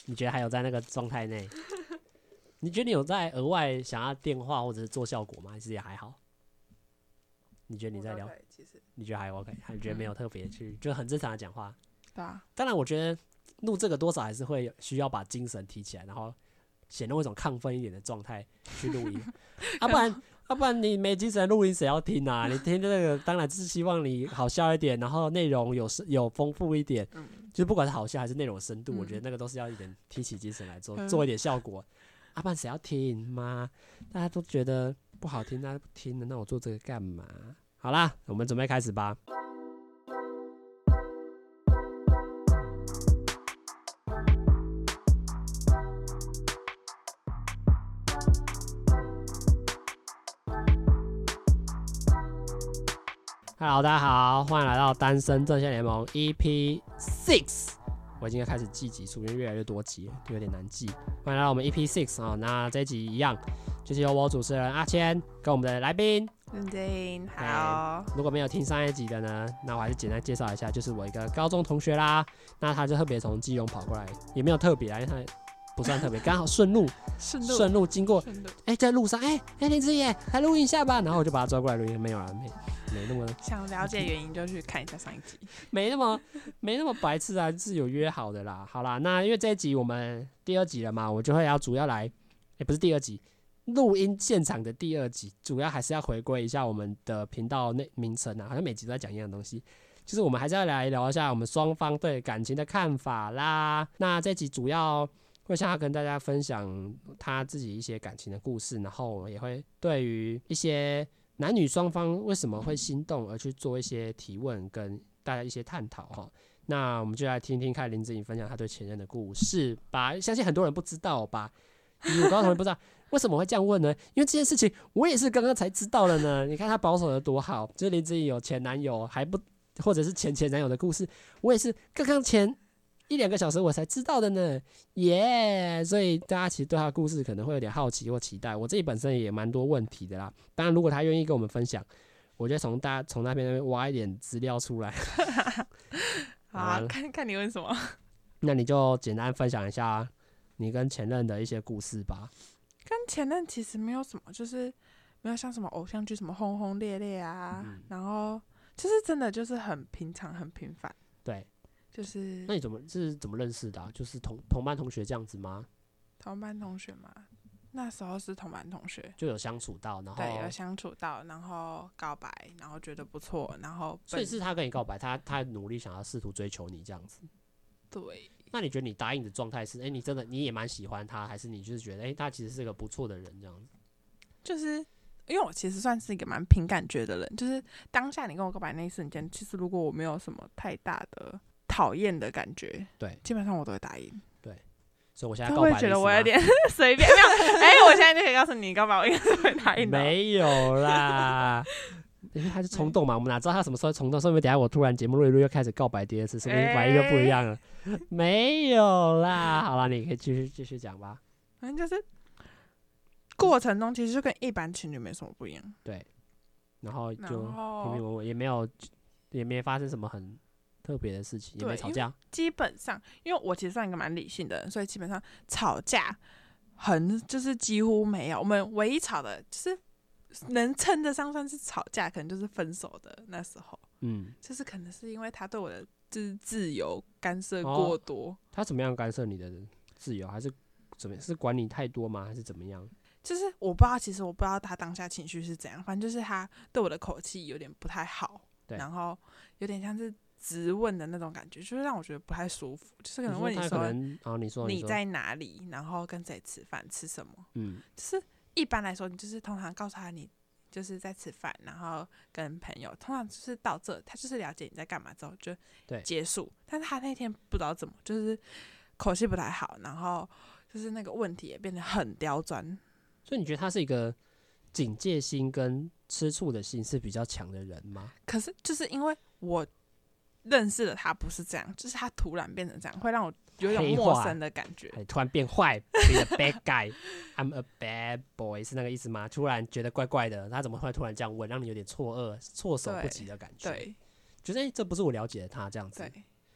你觉得还有在那个状态内？你觉得你有在额外想要电话或者是做效果吗？还是也还好？你觉得你在聊？ 其实你觉得还 OK？还觉得没有特别去，就很正常的讲话。 对啊， 当然，我觉得录这个多少还是会需要把精神提起来，然后显露一种亢奋一点的状态去录音。不然你没精神录音谁要听啊？你听这个当然是希望你好笑一点，然后内容有丰富一点，就不管是好笑还是内容深度，我觉得那个都是要一点提起精神来做一点效果。不然谁要听吗？大家都觉得不好听，大家不听了，那我做这个干嘛？好啦，我们准备开始吧。Hello， 大家好，欢迎来到单身阵线联盟 EP6。我已经开始记集数，因为越来越多集了，就有点难记。欢迎来到我们 EP6 哦。那这一集一样，就是由我主持人阿谦跟我们的来宾认真好。 如果没有听上一集的呢，那我还是简单介绍一下，就是我一个高中同学啦。那他就特别从基隆跑过来，也没有特别啦，因为他不算特别，刚好顺路经过，在路上，林志野来录音一下吧，然后我就把他抓过来录音，没有啦，没那么想了解原因就去看一下上一集， 没那么白痴啊，是有约好的啦。好啦，那因为这一集我们第二集了嘛，我就会主要来，不是第二集，录音现场的第二集，主要还是要回归一下我们的频道名称啊，好像每集都在讲一样的东西，就是我们还是要来聊一下我们双方对感情的看法啦。那这集主要会想要跟大家分享他自己一些感情的故事，然后也会对于一些男女双方为什么会心动而去做一些提问跟大家一些探讨哈。那我们就来听听看林志颖分享他对前任的故事吧。相信很多人不知道吧，我高中同学不知道为什么会这样问呢？因为这件事情我也是刚刚才知道的呢。你看他保守的多好，就是林志颖有前男友还不或者是前男友的故事，我也是刚刚前1-2个小时我才知道的呢，所以大家其实对他的故事可能会有点好奇或期待。我自己本身也蛮多问题的啦，当然如果他愿意跟我们分享，我就从那边挖一点资料出来。 好啊，看你问什么。 那你就简单分享一下你跟前任的一些故事吧。 跟前任其实没有什么，就是没有像什么偶像剧什么轰轰烈烈啊，然后就是真的就是很平常很平凡。 对。 就是那你怎么认识的就是同班同学这样子吗？ 同班同学嘛，那时候是同班同学， 就有相处到，然后对，有相处到，然后告白，然后觉得不错，然后所以是他跟你告白，他努力想要试图追求你这样子。 对。 那你觉得你答应的状态是，你也蛮喜欢他，还是你就是觉得，他其实是个不错的人这样子？ 就是因为我其实算是一个蛮凭感觉的人，就是当下你跟我告白那一瞬间，其实如果我没有什么太大的讨厌的感觉， 对， 基本上我都会答应。 对，所以我现在告白的意思吗？ 他会觉得我有点随便，没有，我现在就可以告诉你，告白我应该是会答应的。 没有啦，因为他是冲动嘛，我们哪知道他什么时候冲动？说明等一下我突然节目录一录又开始告白第二次，说明反应又不一样了。没有啦，好啦，你可以继续讲吧。 反正就是过程中其实就跟一般情侣没什么不一样。 对，然后就平平稳稳，也没发生什么很特别的事情，也没吵架。 基本上，因为我其实算一个蛮理性的人，所以基本上吵架就是几乎没有。我们唯一吵的就是能称得上算是吵架，可能就是分手的那时候。就是可能是因为他对我的就是自由干涉过多。 他怎么样干涉你的自由？还是怎么样？是管你太多吗？还是怎么样？ 就是我不知道，其实我不知道他当下情绪是怎样，反正就是他对我的口气有点不太好，然后有点像是质问的那种感觉，就是让我觉得不太舒服。就是可能问你说你在哪里，然后跟谁吃饭，吃什么。就是一般来说，你就是通常告诉他你就是在吃饭，然后跟朋友，通常就是到这，他就是了解你在干嘛之后就结束。但是他那天不知道怎么，就是口气不太好，然后就是那个问题也变得很刁钻。 所以你觉得他是一个警戒心跟吃醋的心是比较强的人吗？ 可是就是因为我认识的他不是这样，就是他突然变成这样，会让我有种陌生的感觉。 突然变坏 ，be a bad guy， I'm a bad boy 是那个意思吗？突然觉得怪怪的，他怎么会突然这样问，让你有点错愕、措手不及的感觉？ 对， 觉得这不是我了解的他这样子。 对，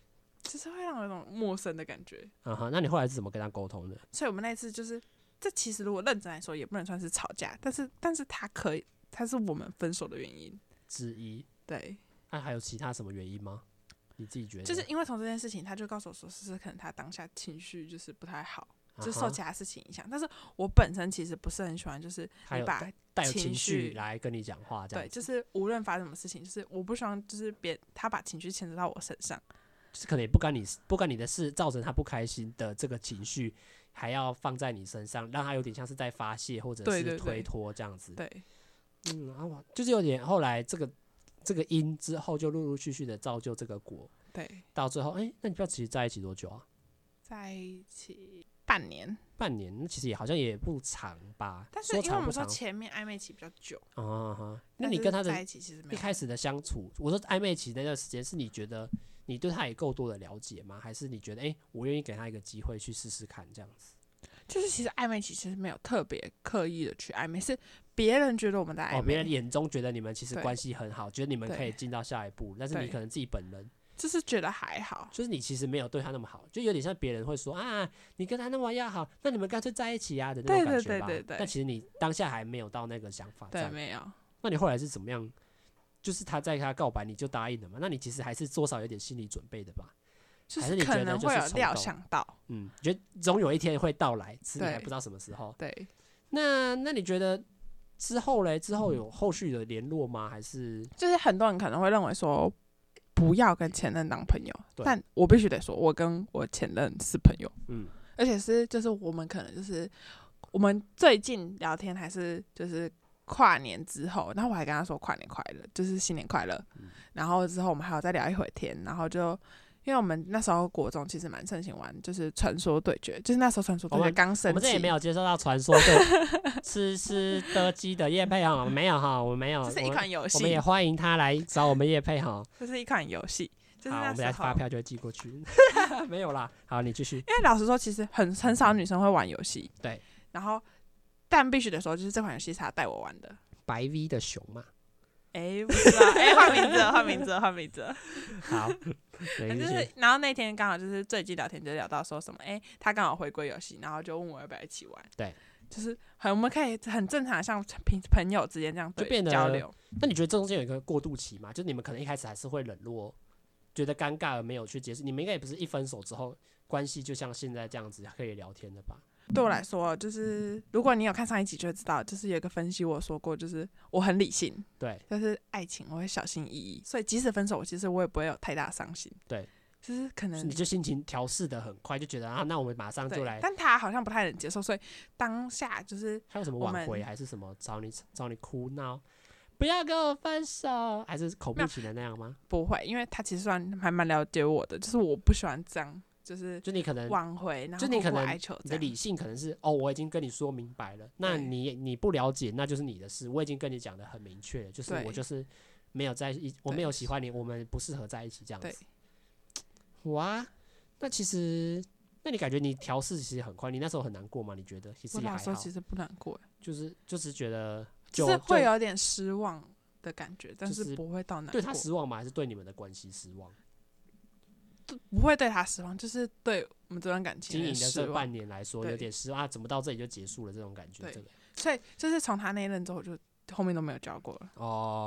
就是会让我有种陌生的感觉。 那你后来是怎么跟他沟通的？ 所以我们那次就是，这其实如果认真来说，也不能算是吵架，但是他是我们分手的原因之一。 对， 那还有其他什么原因吗？你自己觉得？ 就是因为从这件事情，他就告诉我说，是可能他当下情绪就是不太好，就受其他事情影响。但是我本身其实不是很喜欢，就是你把带有情绪来跟你讲话，这样子。 对，就是无论发生什么事情，就是我不希望就是他把情绪牵扯到我身上， 就是可能也不干你的事，造成他不开心的这个情绪，还要放在你身上，让他有点像是在发泄或者是推脱这样子。 对， 就是有点后来这个因之后就陆陆续续的造就这个果。 对， 到最后，那你不知道其实在一起多久啊？ 在一起半年， 那其实好像也不长吧。 但是因为我们说前面暧昧期比较久， 那你跟他的在一起其实没有一开始的相处，我说暧昧期那段时间，是你觉得你对他也够多的了解吗？还是你觉得我愿意给他一个机会去试试看这样子？ 就是其实暧昧期其实没有特别刻意的去暧昧，是别人觉得我们在暧昧， 别人眼中觉得你们其实关系很好，觉得你们可以进到下一步，但是你可能自己本人就是觉得还好， 就是你其实没有对他那么好，就有点像别人会说你跟他那么要好，那你们干脆在一起啊的那种感觉吧。 对。 但其实你当下还没有到那个想法。 对，没有。 那你后来是怎么样？就是他在他告白你就答应了嘛？那你其实还是多少有点心理准备的吧？ 就是可能会有料想到， 觉得总有一天会到来，只是你还不知道什么时候。 对。 那你觉得之后嘞？之后有后续的联络吗？还是就是很多人可能会认为说不要跟前任当朋友，但我必须得说，我跟我前任是朋友，而且是就是我们可能就是我们最近聊天还是就是跨年之后，然后我还跟他说跨年快乐，就是新年快乐，然后之后我们还有再聊一会天，然后就。因为我们那时候国中其实蛮盛行玩，就是传说对决，就是那时候传说对决刚升起。 我们这也没有接受到传说对吃的鸡的业配哈，没有哈，我们没有。 这是一款游戏， 我们也欢迎他来找我们业配哈。 这是一款游戏，就是好，我们来发票就会寄过去。没有啦，好，你继续。 因为老实说，其实很少女生会玩游戏， 对。 然后，但必须得说，就是这款游戏是他带我玩的。 白 V 的熊嘛。 不知道，换名字了。 好， 就是，然后那天刚好就是最近聊天就聊到说什么，他刚好回归游戏，然后就问我要不要一起玩。 对， 就是我们可以很正常，像朋友之间这样就变得交流。 那你觉得这中间有一个过渡期吗？就是你们可能一开始还是会冷落，觉得尴尬而没有去结束。你们应该也不是一分手之后关系就像现在这样子可以聊天的吧？ 对我来说，就是如果你有看上一集就会知道，就是有一个分析我说过，就是我很理性， 对， 就是爱情我会小心翼翼，所以即使分手，其实我也不会有太大伤心， 对， 就是可能你就心情调适的很快，就觉得那我们马上就来， 但他好像不太能接受，所以当下就是还有什么挽回还是什么找你哭闹，不要跟我分手，还是口不起的那样吗？ 不会，因为他其实算还蛮了解我的，就是我不喜欢这样。就你可能挽回，然后就你可能你的理性可能是我已经跟你说明白了，那你不了解那就是你的事，我已经跟你讲的很明确了，就是我就是没有在一，我没有喜欢你，我们不适合在一起这样子。哇，那其实那你感觉你调试其实很快，你那时候很难过吗？你觉得其实也还好。 我那时候其实不难过， 就是觉得就是会有点失望的感觉，但是不会到难过。 对他失望吗？还是对你们的关系失望？ 不会对他失望，就是对我们这段感情经营的这半年来说有点失望怎么到这里就结束了这种感觉。 对，所以就是从他那一任之后，就后面都没有交过了。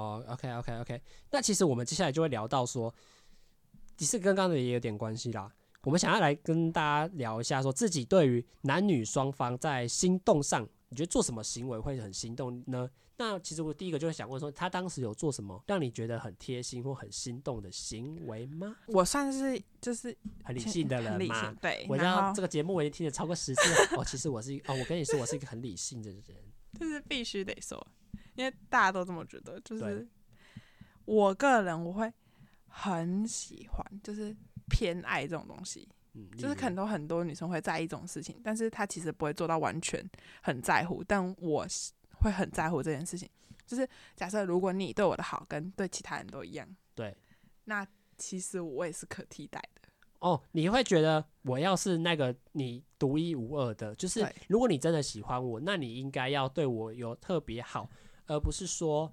OK， 那其实我们接下来就会聊到说，其实跟刚刚的也有点关系啦。我们想要来跟大家聊一下，说自己对于男女双方在心动上，你觉得做什么行为会很心动呢？那其实我第一个就会想问说，他当时有做什么让你觉得很贴心或很心动的行为吗？ 我算是就是很理性的人嘛， 对， 我知道这个节目我已经听了超过10次其实我跟你说我是一个很理性的人， 就是必须得说，因为大家都这么觉得，就是我个人我会很喜欢，就是偏爱这种东西。就是可能很多女生会在意这种事情，但是她其实不会做到完全很在乎，但我会很在乎这件事情。就是假设如果你对我的好跟对其他人都一样， 对， 那其实我也是可替代的。 你会觉得我要是那个你独一无二的，就是如果你真的喜欢我，那你应该要对我有特别好，而不是说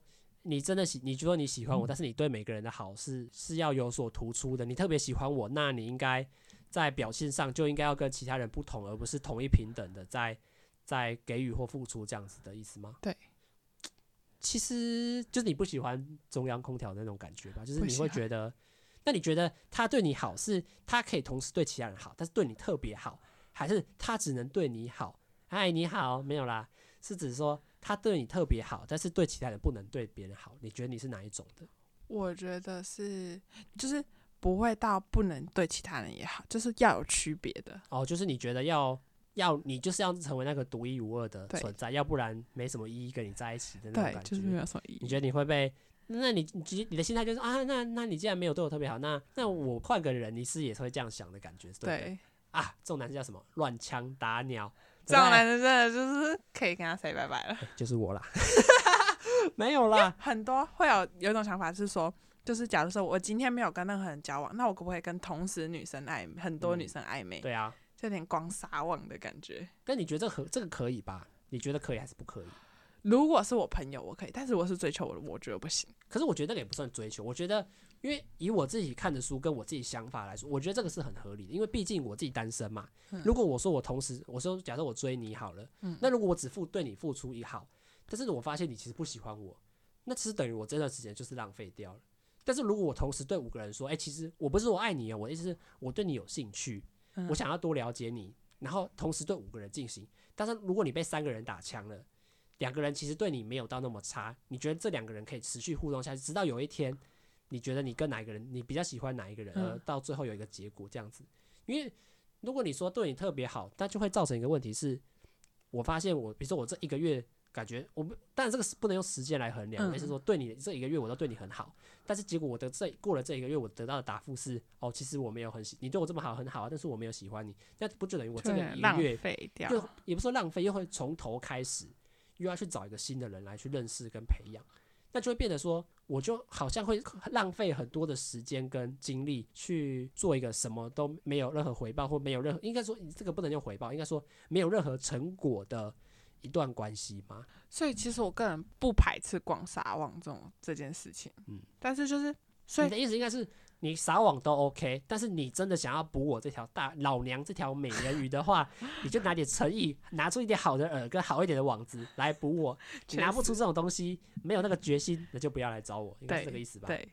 你真的你说你喜欢我，但是你对每个人的好是要有所突出的。你特别喜欢我，那你应该在表现上就应该要跟其他人不同，而不是同一平等的在给予或付出这样子的意思吗？ 对， 其实就是你不喜欢中央空调的那种感觉吧，就是你会觉得，那你觉得他对你好是他可以同时对其他人好，但是对你特别好，还是他只能对你好？嗨，你好，没有啦，是指说他对你特别好，但是对其他人不能对别人好。你觉得你是哪一种的？ 我觉得是，就是不会到不能对其他人也好，就是要有区别的。 哦，就是你觉得你就是要成为那个独一无二的存在，要不然没什么意义跟你在一起的那种感觉。 对，就是没有什么意义。 你觉得你会被？那你的心态就是啊，那你既然没有对我特别好，那我换个人，你是也是会这样想的感觉，对不对？ 对啊，这种男生叫什么？乱枪打鸟。 这种男生真的就是可以跟他 say 拜拜了。 就是我啦，没有啦。 很多会有一种想法是说，就是假如说我今天没有跟任何人交往，那我可不可以跟同时很多女生暧昧？ 对啊， 就有点光撒网的感觉。 但你觉得这个可以吧？你觉得可以还是不可以？ 如果是我朋友，我可以，但是如果是追求我觉得不行。 可是我觉得那个也不算追求，我觉得，因为以我自己看的书跟我自己想法来说，我觉得这个是很合理的，因为毕竟我自己单身嘛。如果我说我说假设我追你好了，那如果我只对你付出一好，但是我发现你其实不喜欢我，那其实等于我这段时间就是浪费掉了。但是如果我同时对5个人说，其实我不是我爱你哦，我的意思是我对你有兴趣，我想要多了解你，然后同时对5个人进行。但是如果你被3个人打枪了，2个人其实对你没有到那么差，你觉得这2个人可以持续互动下去，直到有一天，你觉得你跟哪一个人，你比较喜欢哪一个人，而到最后有一个结果这样子。因为如果你说对你特别好，那就会造成一个问题是，我发现比如说我这1个月感觉当然这个不能用时间来衡量，而是说对你这1个月我都对你很好，但是结果过了这1个月，我得到的答复是，其实我没有你对我这么好很好，但是我没有喜欢你，那不就等于我这个1个月浪费掉， 也不是说浪费，又会从头开始。又要去找一个新的人来去认识跟培养，那就会变得说，我就好像会浪费很多的时间跟精力去做一个什么都没有任何回报，或没有任何，应该说这个不能用回报，应该说没有任何成果的一段关系嘛。 所以其实我个人不排斥广撒网这件事情，但是就是所以你的意思应该是你撒网都 OK， 但是你真的想要捕我这条老娘这条美人鱼的话，你就拿点诚意，拿出一点好的饵跟好一点的网子来捕我。你拿不出这种东西，没有那个决心，那就不要来找我，应该是这个意思吧？ 对。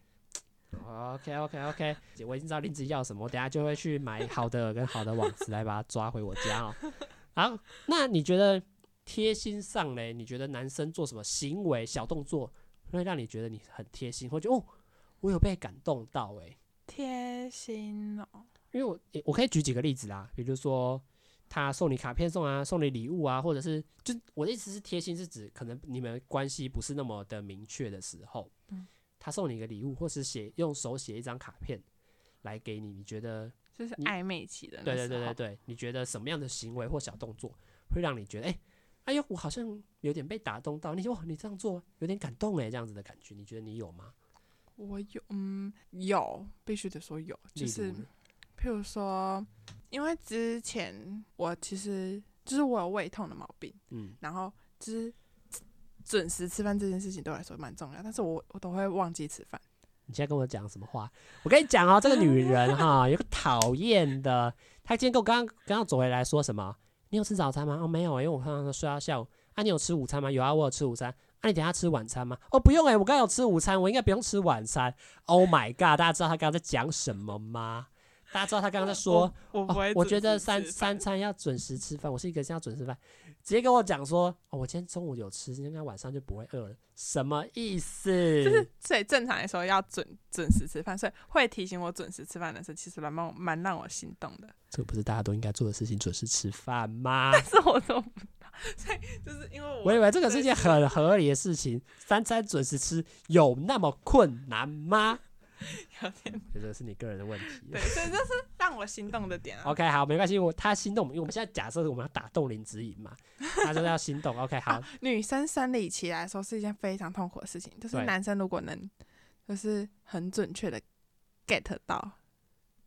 OK， 我已经知道林子要什么，我等一下就会去买好的饵跟好的网子来把它抓回我家哦。好，那你觉得贴心上嘞？你觉得男生做什么行为小动作会让你觉得你很贴心，或者我有被感动到贴心哦， 因为我可以举几个例子啦，比如说他送你卡片送你礼物啊，或者是就我的意思是贴心是指可能你们关系不是那么的明确的时候，他送你一个礼物，或是用手写一张卡片来给你，你觉得就是暧昧期的那时候， 对，你觉得什么样的行为或小动作会让你觉得哎呦我好像有点被打动到，你这样做有点感动这样子的感觉，你觉得你有吗？ 我有，必须得说有，就是譬如说，因为之前我其实就是我有胃痛的毛病，然后就是准时吃饭这件事情对我来说蛮重要，但是我都会忘记吃饭。 你现在跟我讲什么话？我跟你讲这个女人有个讨厌的，她今天跟我刚刚走回来说什么？你有吃早餐吗？没有，因为我刚刚睡到下午。你有吃午餐吗？有我有吃午餐。你等一下吃晚餐吗？不用我刚刚有吃午餐，我应该不用吃晚餐。Oh my god！ 大家知道他刚刚在讲什么吗？大家知道他刚刚在说，我觉得三餐要准时吃饭，我是一个要准时吃饭，直接跟我讲说，我今天中午有吃，今天晚上就不会饿了，什么意思？ 就是所以正常来说要准时吃饭，所以会提醒我准时吃饭的事，其实蛮让我心动的。 这个不是大家都应该做的事情，准时吃饭吗？ 但是我做不到，所以就是因为我以为这个是一件很合理的事情，3餐准时吃有那么困难吗？ 有点， 觉得是你个人的问题。 对，所以这是让我心动的点啊。 OK， 好，没关系，他心动，因为我们现在假设我们要打动林子颖嘛，他就是要心动。OK， 好。 女生生理期来说是一件非常痛苦的事情，就是男生如果能就是很准确的 get 到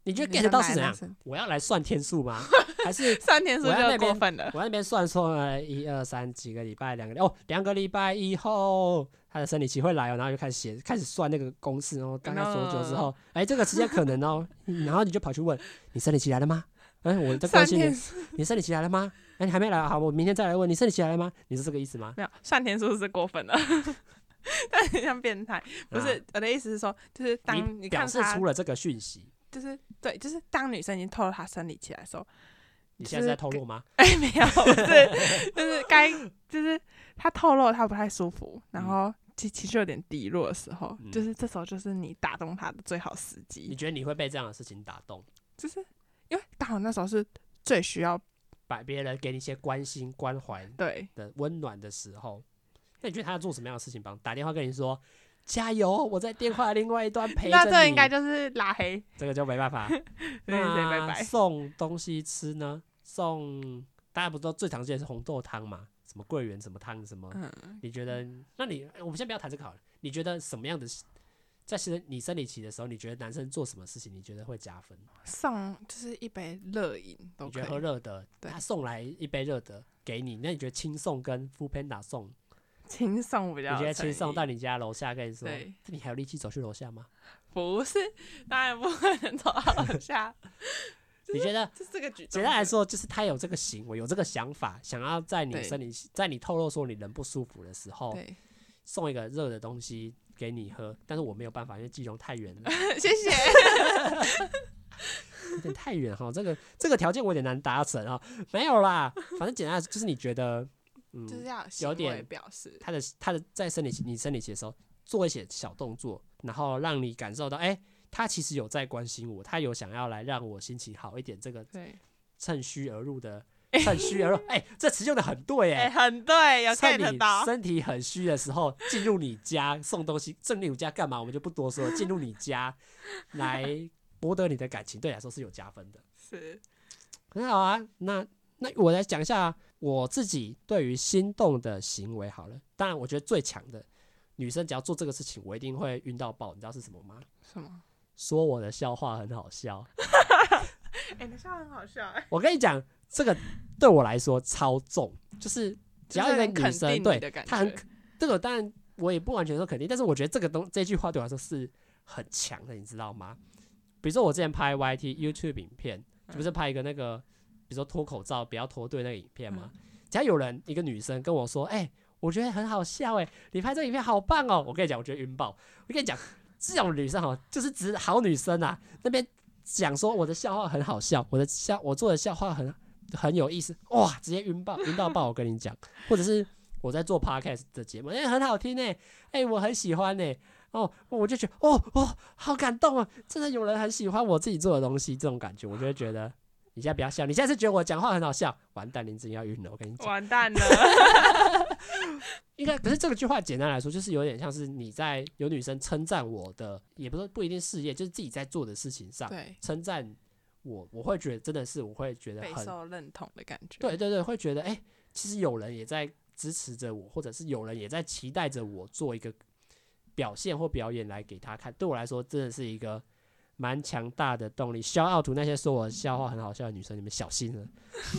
你觉得 get 到是怎样？我要来算天数吗？还是算天数就过分了？ 我在那边算说1、2、3几个礼拜，2个礼拜以后他的生理期会来然后就开始算那个公式，然后大概多久之后，这个时间可能然后你就跑去问你生理期来了吗？我在关心你生理期来了吗？你还没来，好，我明天再来问你生理期来了吗？你是这个意思吗？ 没有，算天数是过分了。但很像变态，不是我的意思是说，就是当你看表示出了这个讯息， 就是对，就是当女生已经透露她生理期来的时候， 你现在是在透露吗？ 没有，不是，就是她透露她不太舒服，然后情绪有点低落的时候，就是这时候就是你打动她的最好时机。 你觉得你会被这样的事情打动？ 就是因为刚好那时候是最需要把别人给你一些关心关怀的温暖的时候。那你觉得他要做什么样的事情？打电话跟你说加油，我在电话另外一端陪着你。 那这应该就是拉黑， 这个就没办法。那送东西吃呢？大家不都最常见的是红豆汤嘛？什么桂圆什么汤什么？你觉得？那我们先不要谈这个好了。你觉得什么样的？在你生理期的时候，你觉得男生做什么事情你觉得会加分？ 送就是一杯热饮都可以。 你觉得喝热的，他送来一杯热的给你，那你觉得轻送跟 Foodpanda 送？ 轻送比较， 你觉得轻送到你家楼下跟你说，你还有力气走去楼下吗？ 不是，当然不可能走到楼下。 你觉得这个举动， 简单来说，就是他有这个行为，有这个想法，想要在你透露说你人不舒服的时候，送一个热的东西给你喝，但是我没有办法，因为基隆太远了。 谢谢。 有点太远哈，这个条件我有点难达成啊。没有啦，反正简单就是你觉得。 就是要有点表示他的在你生理期的时候做一些小动作，然后让你感受到，他其实有在关心我，他有想要来让我心情好一点。这个趁虚而入，这词用的很对很对，有 get 到。 身体很虚的时候进入你家送东西，进入你家干嘛？我们就不多说了。进入你家来博得你的感情，对你来说是有加分的， 是很好啊。那我来讲一下我自己对于心动的行为好了。当然我觉得最强的女生只要做这个事情我一定会晕到爆，你知道是什么吗？ 什么？ 说我的笑话很好笑。 你的笑话很好笑。 我跟你讲，这个对我来说超重，就是只要一个女生对她很这个，当然我也不完全说肯定，但是我觉得这句话对我来说是很强的，你知道吗？比如说我之前拍 YouTube 影片，不是拍一个那个比如说脱口罩不要脱队那个影片嘛，只要有人一个女生跟我说，我觉得很好笑你拍这个影片好棒哦，我跟你讲，我觉得晕爆。我跟你讲，这种女生就是指好女生啊，那边讲说我的笑话很好笑，我做的笑话很有意思，哇，直接晕到爆。我跟你讲，或者是我在做 podcast 的节目，很好听我很喜欢我就觉得好感动啊，真的有人很喜欢我自己做的东西，这种感觉，我就会觉得。你现在不要笑，你现在是觉得我讲话很好笑，完蛋，林子要晕了，我跟你讲， 完蛋了。 应该，可是这个句话简单来说，就是有点像是你在有女生称赞我的，也不一定事业，就是自己在做的事情上，称赞我会觉得真的是，我会觉得很备受认同的感觉。 对对对，会觉得其实有人也在支持着我，或者是有人也在期待着我做一个表现或表演来给他看。对我来说，真的是一个。蛮强大的动力。shout out to那些说我笑话很好笑的女生，你们小心了。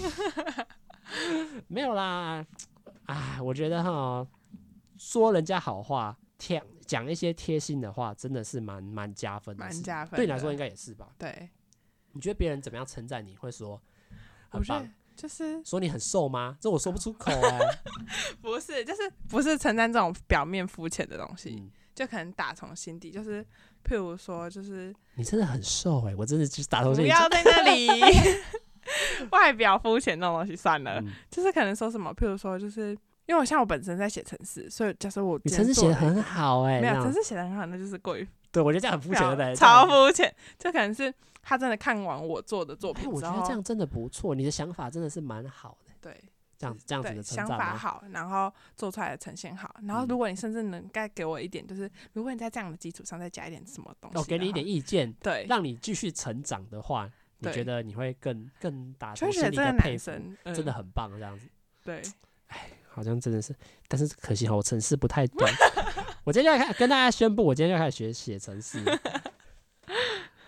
没有啦，我觉得说人家好话，讲一些贴心的话，真的是蛮加分的。 蛮加分的。 对你来说应该也是吧？ 对。 你觉得别人怎么样称赞你会说很棒？ 就是说你很瘦吗？这我说不出口不是，就是不是称赞这种表面肤浅的东西。就可能打从心底，就是譬如说，就是你真的很瘦我真的就是打从心底。 不要在那里外表肤浅那种东西算了，就是可能说什么，譬如说，就是因为我本身在写程式，所以假设我你程式写得很好没有程式写得很好，那就是过于对我觉得这样很肤浅的， 超肤浅。就可能是他真的看完我做的作品之后， 我觉得这样真的不错，你的想法真的是蛮好的。 对。 这样子的称赞想法好，然后做出来的呈现好，然后如果你甚至能再给我一点，就是如果你在这样的基础上再加一点什么东西， 给你一点意见， 对， 让你继续成长的话，你觉得你会更打从心里的佩服，真的很棒，这样子。 对， 好像真的是，但是可惜我程式不太懂。我今天就跟大家宣布，我今天就开始写程式。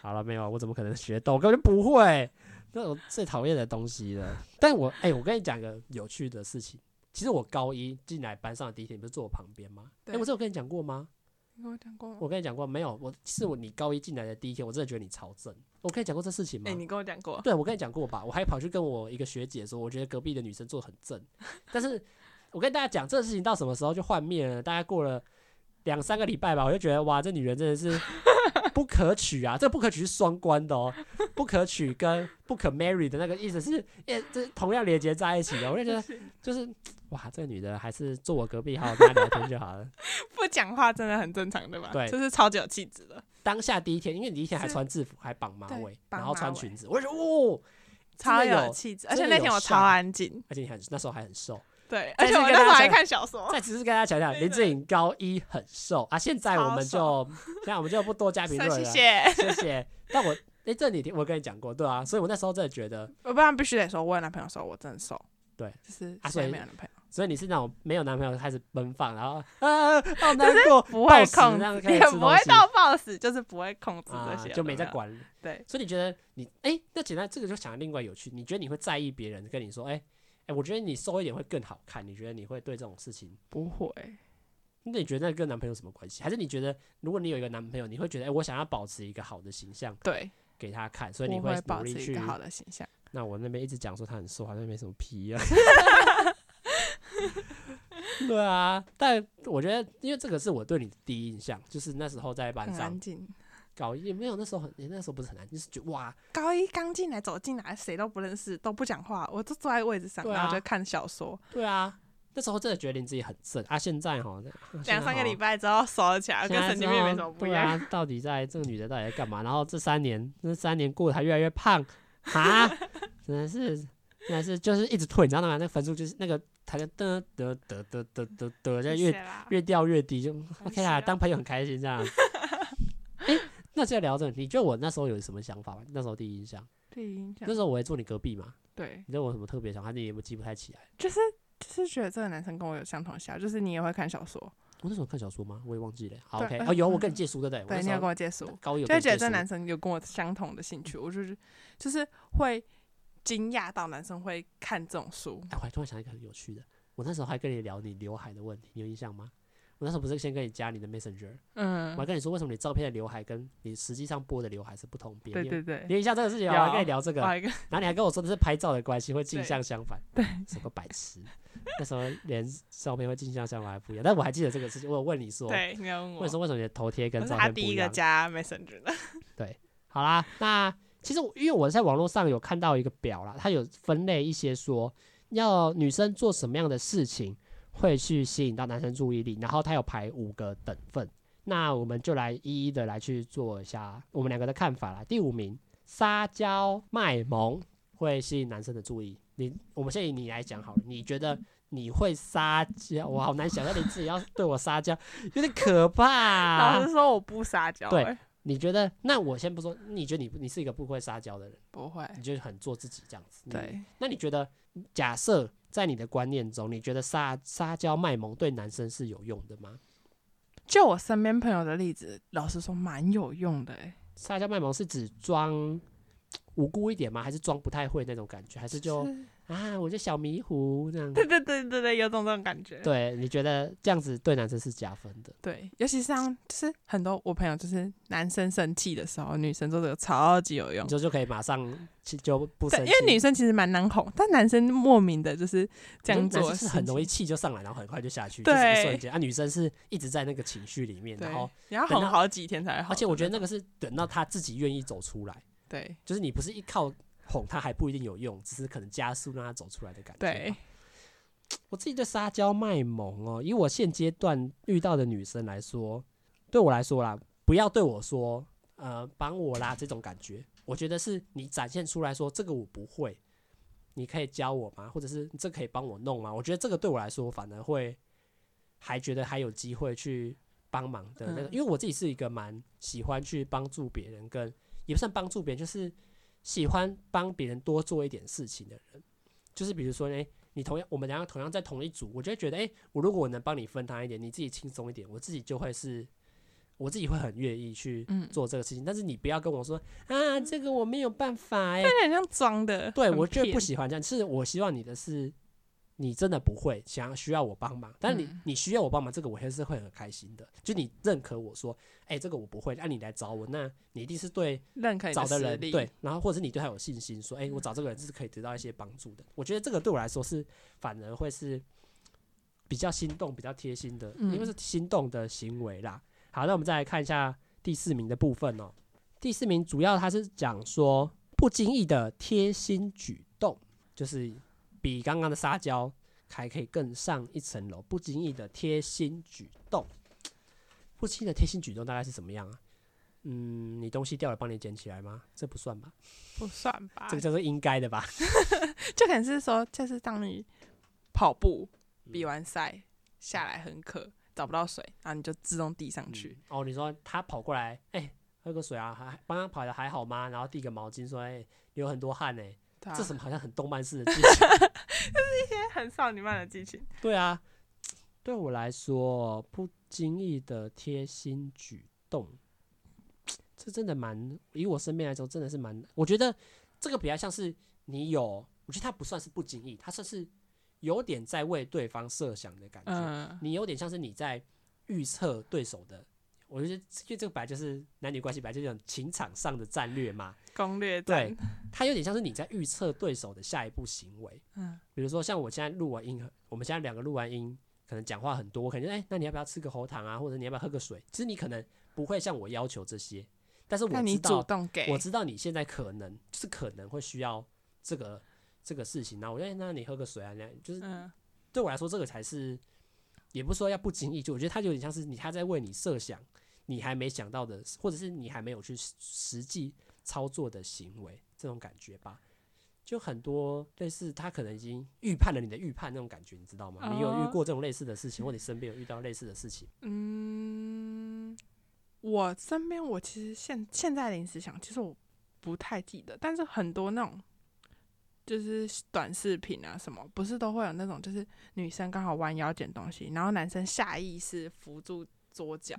好了没有？我怎么可能学懂？我根本就不会，那种最讨厌的东西了。但我跟你讲个有趣的事情。其实我高一进来班上的第一天，你不是坐我旁边吗？我这有跟你讲过吗？ 你跟我讲过吗？ 我跟你讲过没有？你高一进来的第一天，我真的觉得你超正。我跟你讲过这事情吗？ 你跟我讲过。 对，我跟你讲过吧。我还跑去跟我一个学姐说，我觉得隔壁的女生做得很正。但是我跟大家讲，这个事情到什么时候就幻灭了？大概过了2-3个礼拜吧，我就觉得哇，这女人真的是不可取啊！这个不可取是双关的哦，不可取跟不可 marry 的那个意思是，这同样连接在一起的。我就觉得就是哇，这个女的还是坐我隔壁，好好跟她聊天就好了。 不讲话真的很正常，对吧？ 对， 就是超级有气质的。 当下第一天，因为你第一天还穿制服，还绑马尾，然后穿裙子，我就说哦， 超有气质。而且那天我超安静， 而且你那时候还很瘦。 对，而且我那时候还看小说。 再只是跟大家强调，林志颖高一很瘦啊。现在我们就不多加评论了，谢谢。但我这几天我跟你讲过，对啊，所以我那时候真的觉得， 我不然必须得说，我有男朋友的时候我真的瘦， 对， 就是所以没有男朋友。 所以你是那种没有男朋友开始奔放，然后好难过， 不会控制， 也不会到暴死，就是不会控制这些， 就没在管。 对， 所以你觉得那简单这个就想另外有趣，你觉得你会在意别人跟你说，我觉得你瘦一点会更好看，你觉得你会对这种事情不会？ 那你觉得那跟男朋友有什么关系？还是你觉得如果你有一个男朋友，你会觉得我想要保持一个好的形象， 对， 给他看，所以你会努力去保持一个好的形象。 那我那边一直讲说他很瘦，好像没什么屁啊。对啊，但我觉得，因为这个是我对你的第一印象，就是那时候在班上很安静。 高一没有，那时候不是很安静，就是觉得哇， 高一刚进来走进来，谁都不认识，都不讲话，我就坐在位置上，然后就看小说。 对啊，那时候真的觉得你自己很正啊。现在 2-3个礼拜之后熟了起来，跟神经病没什么不一样。 对啊，到底这个女的到底在干嘛？然后这3年过得还越来越胖啊，真的是就是一直退，你知道吗？那个分数就是那个他就得，就越掉越低，就 OK 啦，当朋友很开心这样。那现在聊着，你觉得我那时候有什么想法吗？那时候第一印象，那时候我会坐你隔壁嘛？ 对， 你知道我有什么特别想法？你有没有记不太起来？ 就是觉得这个男生跟我有相同的想法，就是你也会看小说。 我那时候看小说吗？我也忘记了。好 ，OK，有我跟你借书，对不对？ 对，你有跟我借书， 高一有就会觉得这男生有跟我相同的兴趣，我就是会惊讶到男生会看这种书。 我还突然想一个很有趣的，我那时候还跟你聊你刘海的问题，你有印象吗？我那时候不是先跟你加你的 Messenger， 我还跟你说为什么你照片的刘海跟你实际上拨的刘海是不同边。 对， 你有印象这个事情，我还跟你聊这个，然后你还跟我说这是拍照的关系，会镜像相反。 对， 什么白痴？那时候连照片会镜像相反还不一样，但我还记得这个事情，我有问你说， 对，你有问我， 为什么你的头贴跟照片不一样？ 他第一个加 Messenger 的。 对，好啦，那其实因为我在网络上有看到一个表啦，它有分类一些说要女生做什么样的事情会去吸引到男生注意力，然后他有排5个等分，那我们就来一一的来去做一下我们2个的看法啦。第5名，撒娇卖萌会吸引男生的注意。我们先以你来讲好了，你觉得你会撒娇？我好难想象你自己要对我撒娇，有点可怕。 老实说，我不撒娇。 对，你觉得？那我先不说，你觉得你是一个不会撒娇的人？ 不会， 你就很做自己这样子。 对， 那你觉得？假设在你的观念中，你觉得撒娇卖萌对男生是有用的吗？ 就我身边朋友的例子，老实说蛮有用的撒娇卖萌是指装无辜一点吗？还是装不太会那种感觉？还是就我就小迷糊这样？ 对，有种这种感觉。 对，你觉得这样子对男生是加分的？ 对，尤其是像就是很多我朋友就是男生生气的时候，女生做这个超级有用， 就可以马上就不生气。 因为女生其实蛮难哄，但男生莫名的就是这样做， 是很容易气就上来，然后很快就下去，就是一瞬间。女生是一直在那个情绪里面，然后你要哄好几天才好。 而且我觉得那个是等到他自己愿意走出来。 对， 就是你不是一靠哄他还不一定有用，只是可能加速让他走出来的感觉。 对， 我自己对撒娇卖萌以我现阶段遇到的女生来说，对我来说啦，不要对我说帮我啦这种感觉，我觉得是你展现出来说这个我不会，你可以教我吗？或者是这可以帮我弄吗？我觉得这个对我来说反而会还觉得还有机会去帮忙的那个，因为我自己是一个蛮喜欢去帮助别人跟。也不算帮助别人，就是喜欢帮别人多做一点事情的人。就是比如说，我们两个同样在同一组，我就会觉得，如果我能帮你分摊一点，你自己轻松一点，我自己就会是我自己会很愿意去做这个事情，但是你不要跟我说啊，这个我没有办法这很像装的。 对，我就不喜欢这样。是我希望你的是，你真的不会需要我帮忙，但你需要我帮忙，这个我还是会很开心的。就你认可我说，这个我不会，你来找我，那你一定是对认可找的人对，然后或者是你对他有信心，说，我找这个人是可以得到一些帮助的。我觉得这个对我来说是反而会是比较心动、比较贴心的，因为是心动的行为啦。好，那我们再来看一下第4名的部分哦。第4名主要他是讲说不经意的贴心举动，就是比刚刚的撒娇还可以更上一层楼。不经意的贴心举动，不经意的贴心举动大概是什么样啊？你东西掉了帮你捡起来吗？这不算吧？ 不算吧？ 这个叫做应该的吧？ 就可能是说，就是当你跑步比完赛下来很渴，找不到水，然后你就自动递上去。 你说他跑过来，喝个水啊，帮他跑的还好吗？然后递个毛巾说，流很多汗这什么好像很动漫式的剧情， 就是一些很少女漫的剧情。 对啊，对我来说，不经意的贴心举动，这真的以我身边来说，真的是我觉得这个比较像是我觉得他不算是不经意，他算是有点在为对方设想的感觉。你有点像是你在预测对手的。我觉得因为这个本来就是男女关系，本来就是这种情场上的战略嘛， 攻略战。 对，它有点像是你在预测对手的下一步行为。比如说像我现在录完音，我们现在2个录完音，可能讲话很多，我可能就那你要不要吃个喉糖啊，或者你要不要喝个水？其实你可能不会向我要求这些，但是我知道你现在可能会需要这个事情，然后那你喝个水啊，就是对我来说这个才是。也不是说要不经意，就我觉得他有点像是他在为你设想你还没想到的，或者是你还没有去实际操作的行为，这种感觉吧。就很多类似他可能已经预判了你的预判那种感觉，你知道吗？你有遇过这种类似的事情，或者你身边有遇到类似的事情？ 我身边我其实现在临时想，其实我不太记得，但是很多那种。就是短视频啊什么，不是都会有那种，就是女生刚好弯腰捡东西，然后男生下意识扶住桌角，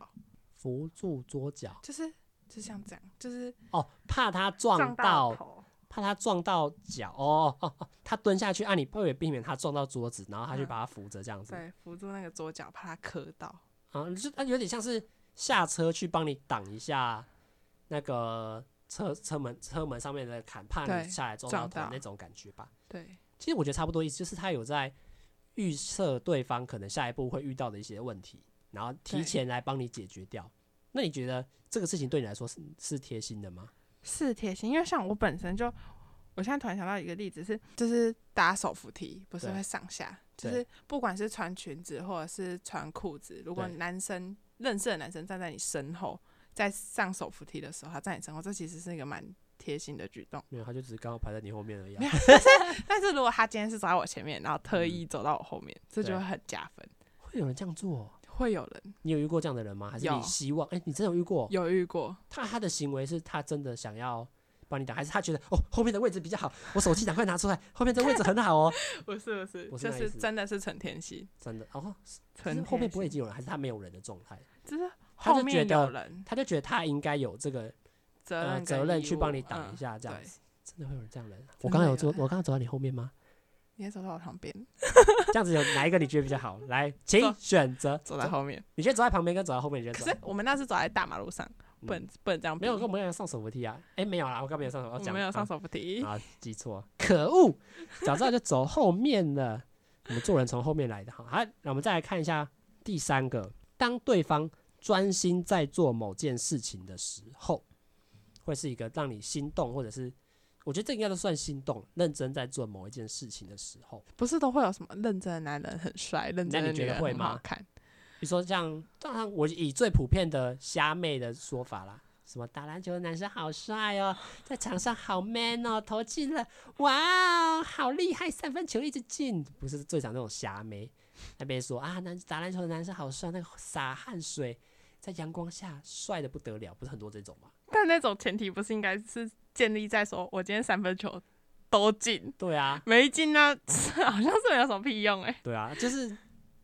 就是像这样，就是怕他撞到脚，他蹲下去，你为了避免他撞到桌子，然后他就把他扶着这样子， 对，扶住那个桌角，怕他磕到， 就有点像是下车去帮你挡一下那个。车门上面的坎，怕你下来撞到头那种感觉吧。 对， 其实我觉得差不多意思，就是他有在预测对方可能下一步会遇到的一些问题，然后提前来帮你解决掉。那你觉得这个事情对你来说是贴心的吗？ 是贴心，因为像我本身就，我现在突然想到一个例子是，就是搭手扶梯不是会上下，就是不管是穿裙子或者是穿裤子，如果认识的男生站在你身后。在上手扶梯的时候，他在你身后，这其实是一个蛮贴心的举动。 没有，他就只是刚好排在你后面而已。 但是如果他今天是走在我前面，然后特意走到我后面，这就会很加分。 会有人这样做？ 会有人。 你有遇过这样的人吗？还是你希望？你真的有遇过？ 有遇过。 他的行为是他真的想要帮你挡，还是他觉得后面的位置比较好，我手机赶快拿出来，后面这位置很好哦？ 不是，就是真的是纯天心。 真的后面不会已经有人，还是他没有人的状态？ 就是后面有人， 他就觉得他应该有这个责任去帮你挡一下，这样子。真的会有人这样的人？我刚刚走到你后面吗？ 你也走到我旁边。 这样子有哪一个你觉得比较好？来，请选择。 走在后面。 你觉得走在旁边跟走在后面，你觉得？ 可是我们那是走在大马路上，不能这样比。 没有，跟我们要上手扶梯啊。没有啦，我刚没有上手。 我没有上手扶梯。 记错，可恶！早知道就走后面了。我们做人从后面来的。好，那我们再来看一下第3个，当对方专心在做某件事情的时候，会是一个让你心动，或者是我觉得这应该都算心动，认真在做某一件事情的时候。 不是都会有什么认真的男人很帅，认真的女人很好看？ 比如说像我以最普遍的虾妹的说法啦，什么打篮球的男生好帅哦，在场上好 man 哦，投进了，哇，好厉害，3分球一直进，不是最常那种虾妹。那边说打篮球的男生好帅，那个洒汗水在阳光下帅的不得了，不是很多这种吗？ 但那种前提不是应该是建立在说我今天3分球都进？ 对啊， 没进呢，好像是没有什么屁用。 对啊，就是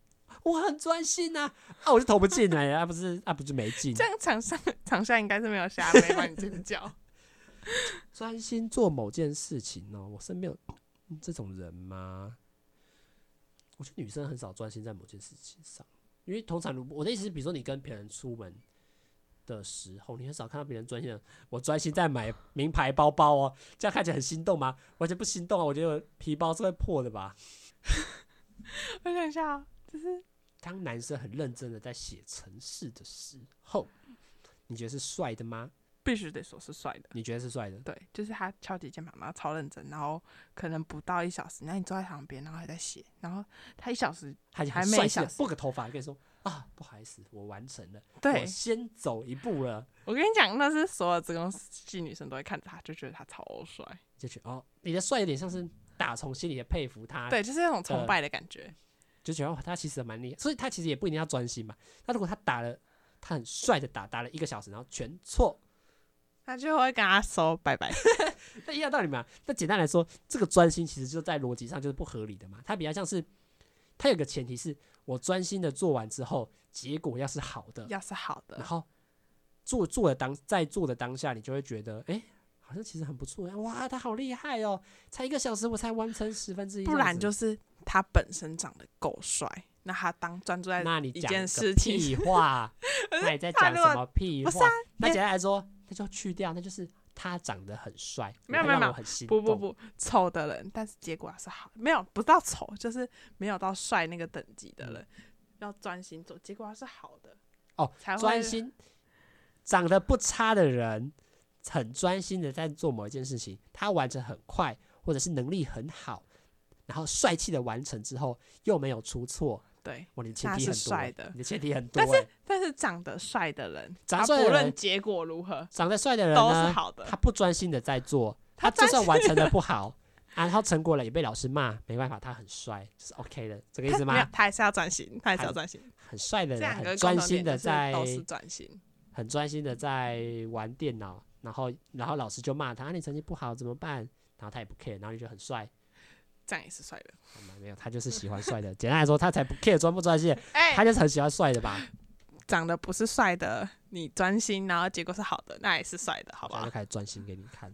我很专心啊，我就投不进来啊，不是没进。 这样场下应该是没有虾妹帮你尖叫。 专心做某件事情哦，我身边有这种人吗？我觉得女生很少专心在某件事情上，因为通常我的意思是，比如说你跟别人出门的时候，你很少看到别人专心的。我专心在买名牌包包哦，这样看起来很心动吗？完全不心动啊！我觉得皮包是会破的吧。 我想一下哦，就是当男生很认真的在写程式的时候，你觉得是帅的吗？ 必须得说是帅的。 你觉得是帅的？ 对，就是他敲击键盘，然后超认真，然后可能不到1小时，然后你坐在旁边，然后还在写，然后他1小时还没1小时， 拨个头发跟你说啊，不好意思，我完成了， 对， 我先走一步了。 我跟你讲，那是所有职工系女生都会看着他，就觉得他超帅， 就觉得哦，你的帅有点像是打从心里的佩服他， 对，就是那种崇拜的感觉， 就觉得哦，他其实蛮厉害，所以他其实也不一定要专心嘛。那如果他他很帅的打了1个小时，然后全错。 他就会跟他说拜拜。 那一样道理嘛。那简单来说，这个专心其实就在逻辑上就是不合理的嘛。它比较像是，它有个前提是我专心的做完之后，结果要是好的，然后在做的当下，你就会觉得，好像其实很不错，哇，他好厉害哦，才1个小时我才完成1/10。 不然就是他本身长得够帅，那他专注在一件事情。 屁话，那你在讲什么屁话？不是啊，那简单来说，那就去掉，那就是他长得很帅， 没有，不，丑的人，但是结果是好，没有不到丑，就是没有到帅那个等级的人，要专心做，结果是好的哦，专心，长得不差的人，很专心的在做某一件事情，他完成很快，或者是能力很好，然后帅气的完成之后又没有出错。 对， 你的前提很多， 帅的， 你的前提很多。 但是长得帅的人， 他不论结果如何， 长得帅的人都是好的。 他不专心的在做，他就算完成的不好，然后成果了也被老师骂，没办法，他很帅，是 OK 的，这个意思吗？ 他还是要专心， 很帅的人，很专心的在， 都是专心， 很专心的在玩电脑，然后老师就骂他，你成绩不好怎么办？然后他也不 care，然后你就很帅。 这样也是帅的， 没有，他就是喜欢帅的。简单来说，他才不 care 专不专心，他就是很喜欢帅的吧？ 长得不是帅的，你专心，然后结果是好的，那也是帅的，好吧？ 我就开始专心给你看。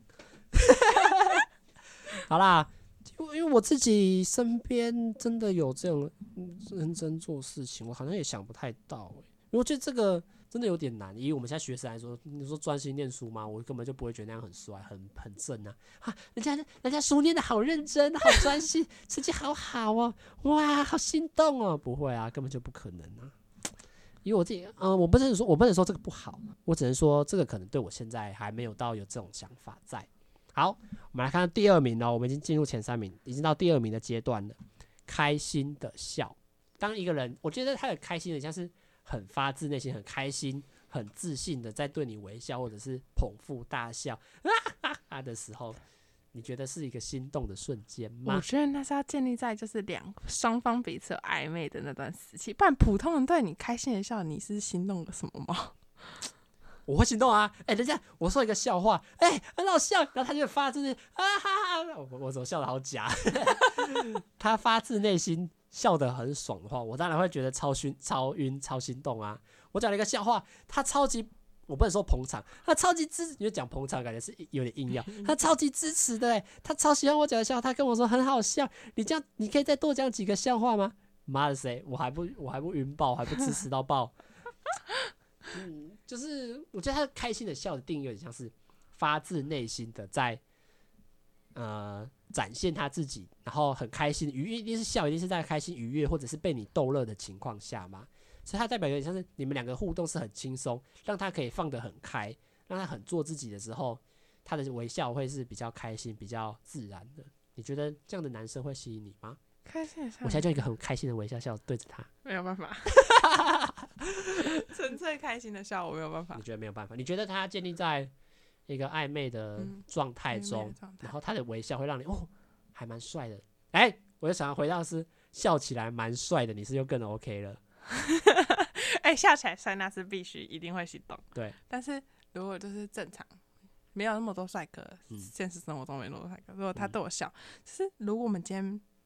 好啦，因为我自己身边真的有这种认真做事情，我好像也想不太到因为我觉得这个真的有点难。以我们现在学生来说，你说专心念书吗？我根本就不会觉得那样很帅、很正啊！人家书念的好认真、好专心，成绩好好哦，哇，好心动哦！不会啊，根本就不可能啊！以我自己，我不能说这个不好，我只能说这个可能对我现在还没有到有这种想法在。好，我们来看第2名了，我们已经进入前3名，已经到第2名的阶段了。开心的笑，当一个人，我觉得他的开心的像是很发自内心、很开心、很自信的在对你微笑，或者是捧腹大笑的时候，你觉得是一个心动的瞬间吗？ 我觉得那是要建立在就是双方彼此有暧昧的那段时期，不然普通人对你开心的笑，你是心动了什么吗？ 我会心动啊！等一下，我说一个笑话，很好笑，然后他就发自哈哈，我怎么笑得好假？他发自内心笑得很爽的话，我当然会觉得超晕、超心动啊！我讲了一个笑话，他超级，我不能说捧场，他超级支持，因为讲捧场感觉是有点硬要，他超级支持的他超喜欢我讲的笑话，他跟我说很好笑，你可以再多讲几个笑话吗？妈的谁，我还不晕爆，还不支持到爆。就是我觉得他开心的笑的定义有点像是发自内心的在展现他自己，然后很开心愉悦，一定是笑，一定是在开心愉悦或者是被你逗乐的情况下嘛，所以他代表有点像是你们2个互动是很轻松，让他可以放得很开，让他很做自己的时候，他的微笑会是比较开心、比较自然的。你觉得这样的男生会吸引你吗？ 开心的笑， 我现在就一个很开心的微笑对着他， 没有办法，纯粹开心的笑我没有办法。 你觉得没有办法？你觉得他建立在一个暧昧的状态中，然后他的微笑会让你还蛮帅的。我就想要回到是笑起来蛮帅的，你是就更 OK 了。 笑起来帅那是必须一定会心动。 对， 但是如果就是正常，没有那么多帅哥，现实生活中没那么多帅哥，如果他对我笑，就是如果我们今天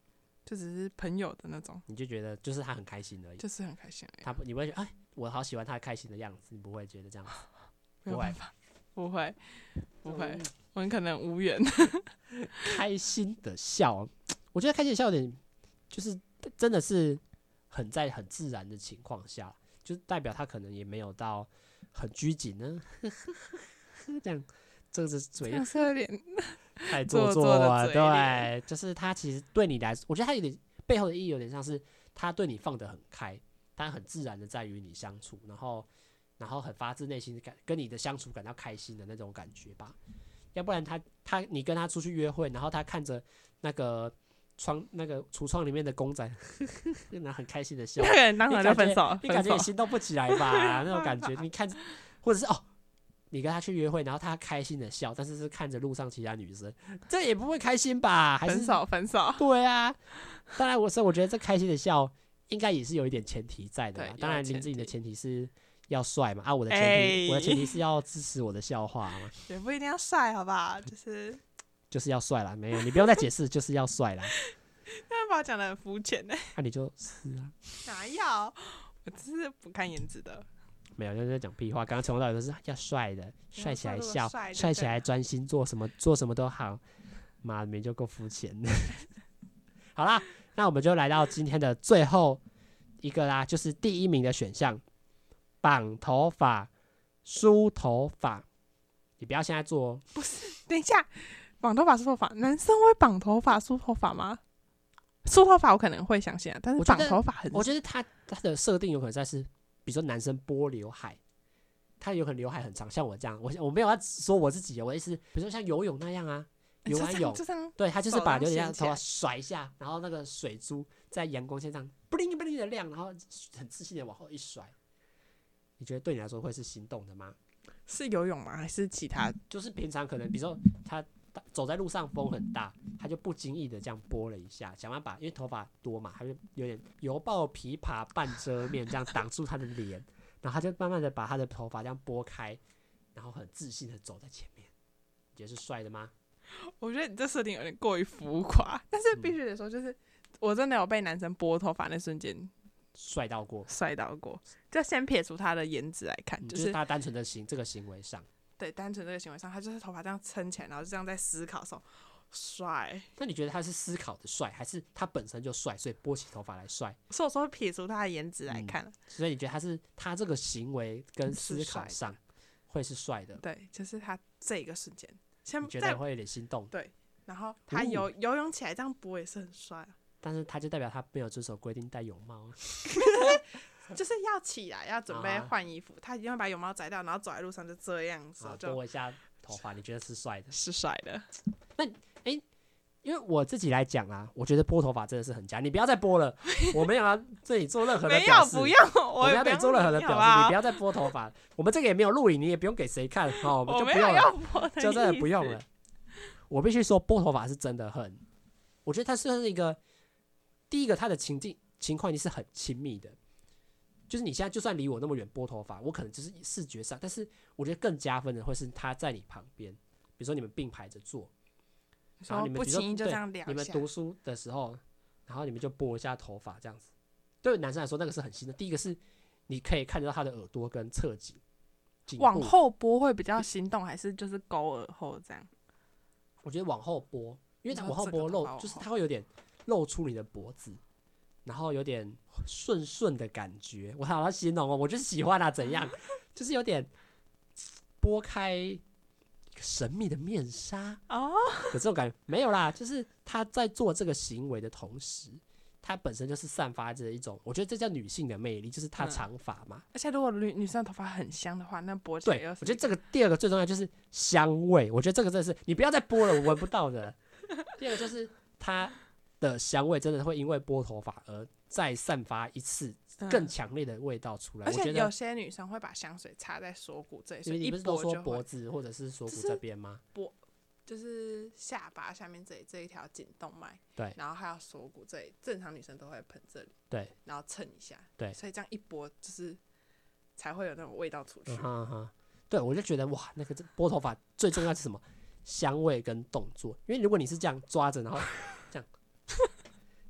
就只是朋友的那种， 你就觉得就是他很开心而已， 就是很开心而已。 你不会觉得哎，我好喜欢他开心的样子，你不会觉得这样子？ 没有办法，不会，我们可能无缘。 开心的笑，我觉得开心的笑点就是真的是在很自然的情况下，就代表他可能也没有到很拘谨呢，这样这是嘴是有点太做作了，对，就是他其实对你来说，我觉得他有点背后的意义有点像是他对你放得很开，他很自然的在与你相处，然后很发自内心跟你的相处感到开心的那种感觉吧。要不然你跟他出去约会，然后他看着那个橱窗里面的公仔，然后很开心的笑， 那个人当场就分手， 你感觉也心动不起来吧？那种感觉，你看，或者是你跟他去约会，然后他开心的笑，但是看着路上其他女生，这也不会开心吧？还是分手？ 对啊，当然我觉得这开心的笑应该也是有一点前提在的嘛。当然林志颖的前提是要帅嘛，我的前提是要支持我的笑话嘛。 也不一定要帅，好不好？ 就是要帅啦，没有，你不用再解释，就是要帅啦。 那把我讲的很肤浅呢。 那你就是啊。 哪有？我只是不看颜值的。 没有，就是在讲屁话。刚刚从头到尾都是要帅的，帅起来笑，帅起来专心，做什么都好。妈的，没就够肤浅。好啦，那我们就来到今天的最后一个啦，就是第1名的选项：绑头发、梳头发。你不要现在做哦。 不是，等一下，绑头发、梳头发，男生会绑头发、梳头发吗？梳头发我可能会相信啊，但是绑头发很…… 我觉得他的设定有可能在是，比如说男生拨刘海，他有可能刘海很长，像我这样，我没有要说我自己，我的意思，比如说像游泳那样啊，游完泳，对，他就是把刘海头发甩一下，然后那个水珠在阳光线上不灵不灵的亮，然后很自信的往后一甩。你觉得对你来说会是心动的吗？ 是游泳吗？还是其他？ 就是平常可能，比如说他走在路上风很大，他就不经意的这样拨了一下，想办法，因为头发多嘛，他就有点犹抱琵琶半遮面，这样挡住他的脸，然后他就慢慢的把他的头发这样拨开，然后很自信的走在前面。你觉得是帅的吗？ 我觉得你这设定有点过于浮夸，但是必须得说，就是我真的有被男生拨头发那瞬间帅到过。 就先撇除他的颜值来看， 就是他单纯的这个行为上。 对，单纯这个行为上，他就是头发这样撑起来，然后就这样在思考的时候，帅。 那你觉得他是思考的帅，还是他本身就帅，所以拨起头发来帅？ 所以我说撇除他的颜值来看， 所以你觉得他这个行为跟思考上会是帅的？ 对，就是他这个瞬间， 你觉得会有点心动？ 对，然后他游泳起来这样拨也是很帅啊。 但是他就代表他没有遵守规定戴泳帽。 就是要起来，要准备换衣服，他一定会把泳帽摘掉，然后走在路上就这样子，就拨一下头发，你觉得是帅的？ 是帅的。 那因为我自己来讲啊，我觉得拨头发真的是很假，你不要再拨了，我没有要对你做任何的表示， 不要， 我没有对你做任何的表示，你不要再拨头发，我们这个也没有录影，你也不用给谁看，我们就不用了，就真的不用了。我必须说，拨头发是真的很，我觉得它算是一个，第一个它的情况一定是很亲密的。就是你现在就算离我那么远拨头发，我可能就是视觉上，但是我觉得更加分的会是他在你旁边，比如说你们并排着坐，然后你们不轻易就这样聊一下， 你们读书的时候，然后你们就拨一下头发这样子。对男生来说，那个是很新的。第一个是你可以看得到他的耳朵跟侧颈， 往后拨会比较心动，还是就是勾耳后这样？ 我觉得往后拨，因为往后拨就是它会有点露出你的脖子。然后有点顺的感觉，我好像形容我就是喜欢啊，怎样？就是有点拨开一个神秘的面纱有这种感觉没有啦？就是他在做这个行为的同时，他本身就是散发着一种，我觉得这叫女性的魅力，就是她长发嘛。 而且如果女生的头发很香的话，那拨起来对，我觉得这个第二个最重要就是香味，我觉得这个真的是你不要再拨了，我闻不到的。第二个就是它的香味真的会因为拨头发而再散发一次更强烈的味道出来。 而且有些女生会把香水插在锁骨这里，所以你不是都说脖子或者是锁骨这边吗？ 就是下巴下面这一条颈动脉， 对， 然后还有锁骨这里，正常女生都会喷这里， 对， 然后蹭一下， 对， 所以这样一拨就是才会有那种味道出去。 对，我就觉得哇，那个拨头发最重要是什么？香味跟动作，因为如果你是这样抓着，然后这样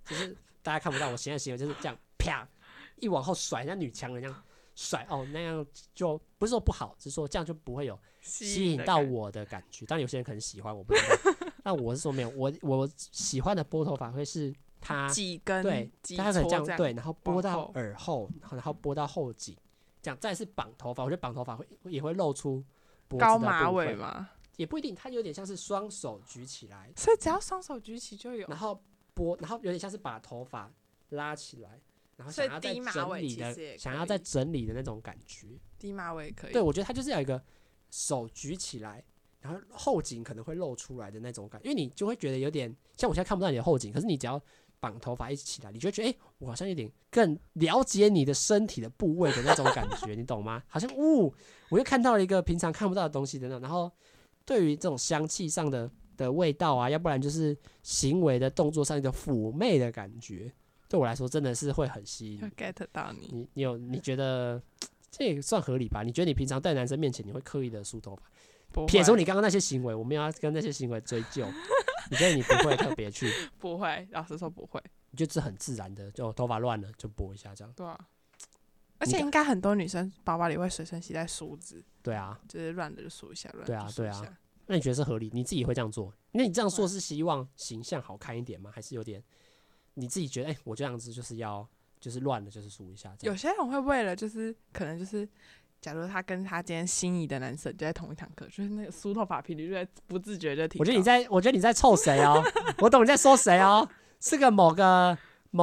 就是大家看不到我现在行为就是这样啪一往后甩，像女强人那样甩哦，那样就不是说不好，只是说这样就不会有吸引到我的感觉。当然有些人可能喜欢，我不知道。但我是说没有，我喜欢的拨头发会是它几根， 对，它可以这样对，然后拨到耳后，然后拨到后颈，这样再是绑头发。我觉得绑头发也会露出脖子的部分， 高马尾吗？ 也不一定，它有点像是双手举起来， 所以只要双手举起就有。 然后然后有点像是把头发拉起来，然后想要再整理的那种感觉。 低马尾可以。 对，我觉得它就是要有一个手举起来，然后后颈可能会露出来的那种感觉，因为你就会觉得有点像我现在看不到你的后颈，可是你只要绑头发一起来，你就会觉得我好像有点更了解你的身体的部位的那种感觉，你懂吗？好像我又看到了一个平常看不到的东西的那种，然后对于这种香气上的味道啊，要不然就是行为的动作上的妩媚的感觉，对我来说真的是会很吸引。 get 到你。 你觉得这也算合理吧？你觉得你平常在男生面前你会刻意的梳头发？ 撇除你刚刚那些行为，我们要跟那些行为追究。你觉得你不会特别去？ 不会，老实说不会。 你就是很自然的，就头发乱了就拨一下这样。 对啊。而且应该很多女生包包里会随身携带梳子。 对啊。 就是乱的就梳一下，乱的就梳一下。对啊。那你觉得是合理？你自己会这样做？那你这样做是希望形象好看一点吗？还是有点你自己觉得，我这样子就是乱的，就是梳一下这样？ 有些人会为了可能就是。假如他跟他今天心仪的男生就在同一堂课，就是那个梳头发频率就在不自觉就提高。 我觉得你在凑谁哦？我懂你在说谁哦？是个某个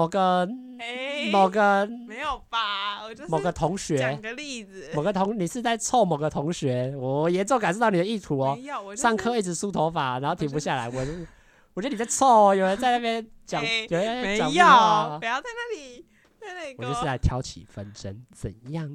没有吧？我就是某个同学讲个例子， 你是在凑某个同学？我严重感受到你的意图哦。上课一直梳头发，然后停不下来。我觉得你在凑哦，有人在那边讲，有人在讲没有，不要在那里。 我就是来挑起纷争，怎样？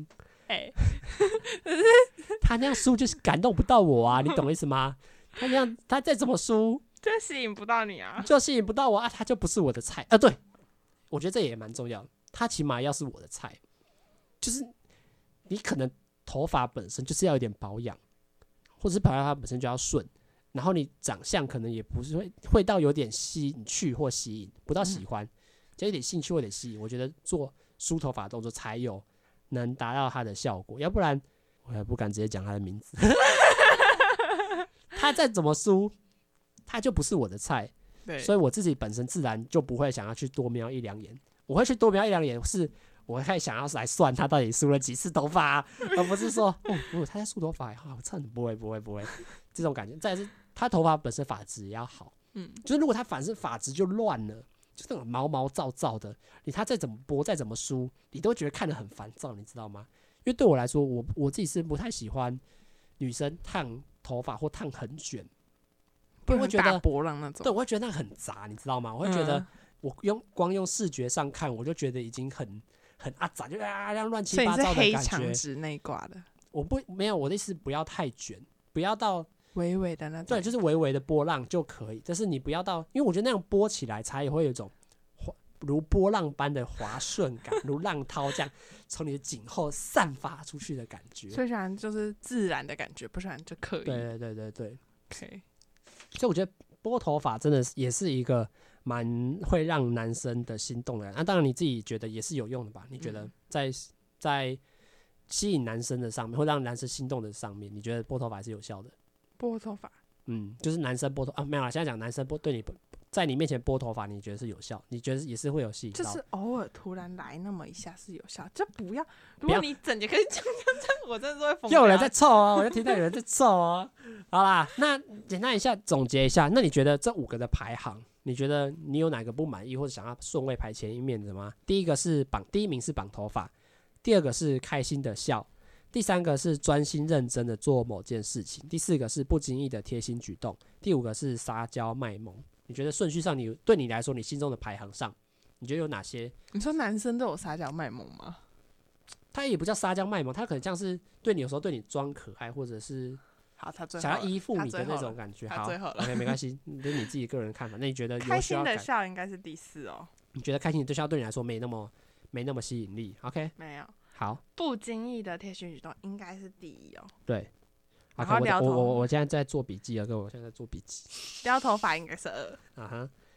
他那样梳就是感动不到我啊，你懂我意思吗？他再怎么梳， 就吸引不到你啊， 就吸引不到我啊，他就不是我的菜对，我觉得这也蛮重要的，他起码要是我的菜，就是你可能头发本身就是要有点保养，或者是保养它本身就要顺，然后你长相可能也不是会到有点兴趣或吸引，不到喜欢，就有点兴趣或点吸引，我觉得做梳头发的动作才有能达到他的效果，要不然我也不敢直接讲他的名字。他再怎么梳，他就不是我的菜，所以我自己本身自然就不会想要去多瞄一两眼。我会去多瞄一两眼，是我会想要来算他到底梳了几次头发，而不是说他在梳头发，好蹭，不会这种感觉。再来是他头发本身发质也要好，就是如果他反正发质就乱了。就那种毛毛躁躁的，他再怎么拨再怎么梳，你都觉得看得很烦躁，你知道吗？因为对我来说，我自己是不太喜欢女生烫头发或烫很卷， 不会觉得波浪那种。 对，我会觉得那很杂，你知道吗？我会觉得我光用视觉上看，我就觉得已经很阿杂，就这样乱七八糟的感觉。 所以你是黑长直那一挂的？ 没有，我的意思不要太卷，不要到。 微微的那种， 对，就是微微的波浪就可以，但是你不要到，因为我觉得那样拨起来才会有一种如波浪般的滑顺感，如浪涛这样从你的颈后散发出去的感觉。 所以喜欢就是自然的感觉，不喜欢就刻意。 对。 OK， 所以我觉得拨头发真的也是一个蛮会让男生的心动的。当然你自己觉得也是有用的吧？你觉得在吸引男生的上面，或让男生心动的上面，你觉得拨头发是有效的？ 拨头发， 就是男生拨头没有啦。现在讲男生对你在你面前拨头发，你觉得是有效？你觉得也是会有吸引到？ 就是偶尔突然来那么一下是有效，就不要。如果你整节可以这样，我真的是会疯掉。 又有人在凑啊！我就听到有人在凑啊。好啦，那简单一下总结一下，那你觉得这5个的排行，你觉得你有哪个不满意或者想要顺位排前一面的吗？第一名是绑头发，第2个是开心的笑。第3个是专心认真的做某件事情，第4个是不经意的贴心举动，第5个是撒娇卖萌。你觉得顺序上对你来说，你心中的排行上，你觉得有哪些？ 你说男生都有撒娇卖萌吗？ 他也不叫撒娇卖萌，他可能像是有时候对你装可爱，或者是想要依附你的那种感觉。好 ，OK， 没关系，这是你自己个人看法。那你觉得开心的笑应该是第4哦？ 你觉得开心的笑对你来说没那么吸引力 ？OK， 没有。 好， 不经意的贴心举动应该是第1哦。 对， 然后我现在在做笔记啊，各位，我现在在做笔记。 撩头发应该是2。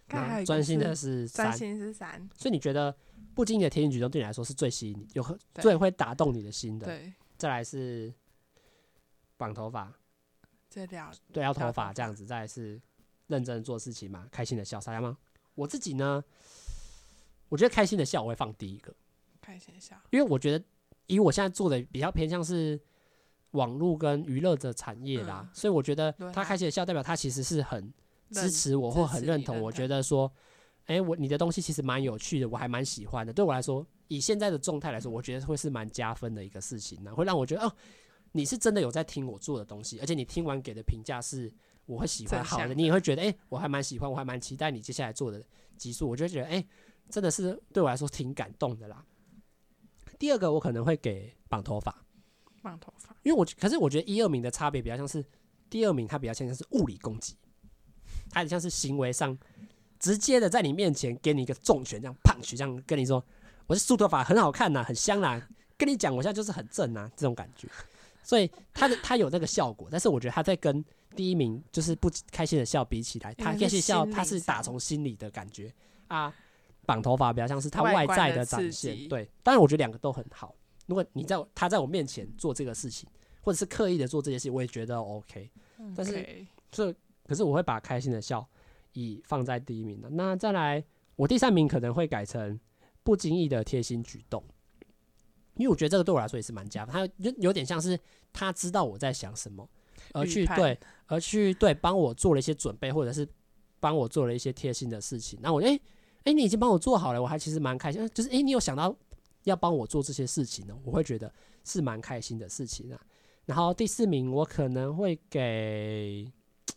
专心的是3， 专心是3。 所以你觉得不经意的贴心举动对你来说是最吸引你、最会打动你的心的？ 对。 再来是绑头发， 对， 要头发这样子。再来是认真做事情嘛，开心的笑，撒娇吗？我自己呢，我觉得开心的笑我会放第一个， 开心的笑， 因为我觉得以我现在做的比较偏向是网络跟娱乐的产业啦，所以我觉得他开心的笑代表他其实是很支持我或很认同我，觉得说，你的东西其实蛮有趣的，我还蛮喜欢的。对我来说，以现在的状态来说，我觉得会是蛮加分的一个事情呢，会让我觉得你是真的有在听我做的东西，而且你听完给的评价是我会喜欢好的，你也会觉得我还蛮喜欢，我还蛮期待你接下来做的集数，我就觉得真的是对我来说挺感动的啦。第二个我可能会给绑头发，因为可是我觉得1、2名的差别比较像是第2名他比较像是物理攻击，他很像是行为上直接的在你面前给你一个重拳，这样punch，这样跟你说我是梳头发很好看呐，很香啦，跟你讲我现在就是很正啊，这种感觉。所以他有那个效果，但是我觉得他在跟第1名就是不开心的笑比起来，他开心的笑他是打从心里的感觉啊。绑头发比较像是他外在的展现，对。当然我觉得2个都很好。如果他在我面前做这个事情，或者是刻意的做这些事情，我也觉得 OK。但是可是我会把开心的笑放在第1名的。那再来，我第3名可能会改成不经意的贴心举动。因为我觉得这个对我来说也是蛮加分，他有点像是他知道我在想什么，而去帮我做了一些准备，或者是帮我做了一些贴心的事情。那我你已经帮我做好了，我还其实蛮开心，就是你有想到要帮我做这些事情呢，我会觉得是蛮开心的事情啊。然后第4名我可能会给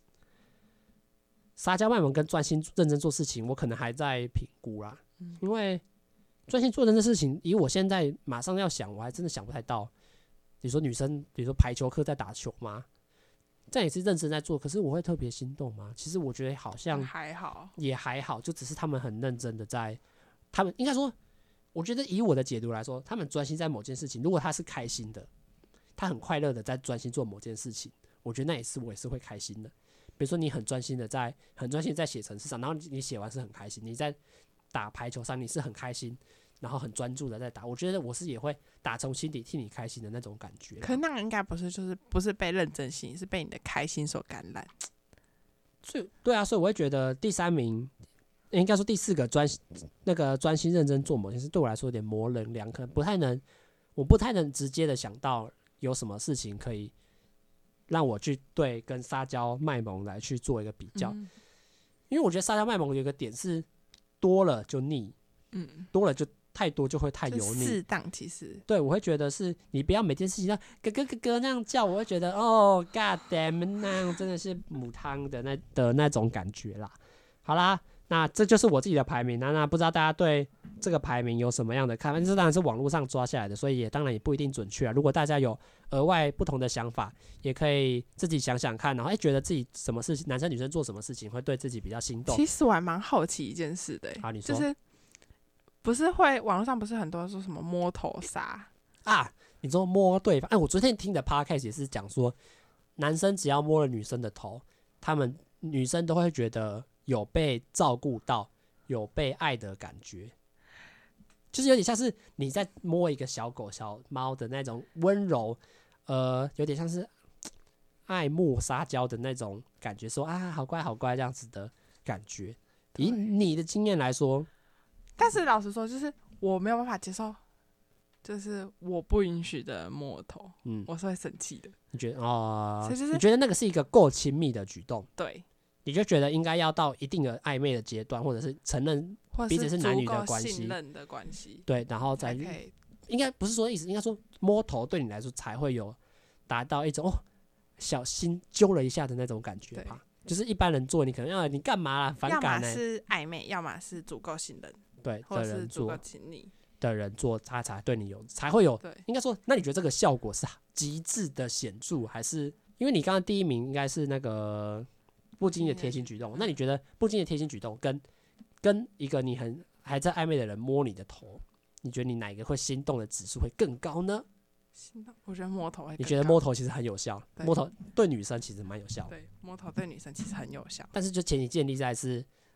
撒娇卖萌跟专心认真做事情，我可能还在评估啦，因为专心做认真事情，以我现在马上要想，我还真的想不太到。你说女生，比如说排球课在打球吗？这样也是认真在做，可是我会特别心动吗？其实我觉得好像也还好，就只是他们很认真的在，他们应该说，我觉得以我的解读来说，他们专心在某件事情，如果他是开心的，他很快乐的在专心做某件事情，我觉得我也是会开心的。比如说你很专心的在写程式上，然后你写完是很开心，你在打排球上你是很开心，然后很专注的在打，我觉得我是也会打从心底替你开心的那种感觉。 可是那个应该不是被认真吸引，是被你的开心所感染。 所以我会觉得第3名，应该说第4个专心认真做某件事，对我来说有点模棱两可，我不太能直接的想到有什么事情可以让我去跟撒娇卖萌来去做一个比较，因为我觉得撒娇卖萌有一个点是多了就腻，多了就太多就会太油腻， 适当其实对，我会觉得是你不要每件事情都哥哥哥哥那样叫，我会觉得God damn， 那样真的是母汤的那种感觉啦。好啦，那这就是我自己的排名。那不知道大家对这个排名有什么样的看法？这当然是网络上抓下来的，所以当然也不一定准确啊。如果大家有额外不同的想法，也可以自己想想看，然后觉得自己什么事情，男生女生做什么事情会对自己比较心动。 其实我还蛮好奇一件事的， 好，你说， 就是不是网络上不是很多说什么摸头杀啊？你说摸对方？我昨天听的 podcast 也是讲说，男生只要摸了女生的头，女生都会觉得有被照顾到，有被爱的感觉，就是有点像是你在摸一个小狗小猫的那种温柔，有点像是爱慕撒娇的那种感觉，说啊好乖好乖这样子的感觉。以你的经验来说， 但是老实说，就是我没有办法接受，就是我不允许的摸头，我是会生气的。 你觉得你觉得那个是一个够亲密的举动？ 对。 你就觉得应该要到一定的暧昧的阶段，或者是承认彼此是男女的关系， 信任的关系， 对，然后再应该不是说意思，应该说摸头对你来说才会有达到一种小心揪了一下的那种感觉吧。就是一般人做，你可能你干嘛啦，反感要么是暧昧，要么是足够信任， 对， 或者是足够亲密的人做，他才对你才会有。应该说，那你觉得这个效果是极致的显著，还是因为你刚刚第1名应该是那个不经意的贴心举动？那你觉得不经意的贴心举动跟一个你还在暧昧的人摸你的头，你觉得你哪一个会心动的指数会更高呢？ 心动，我觉得摸头会更高。 你觉得摸头其实很有效，摸头对女生其实蛮有效。 对，摸头对女生其实很有效， 但是就前提建立在是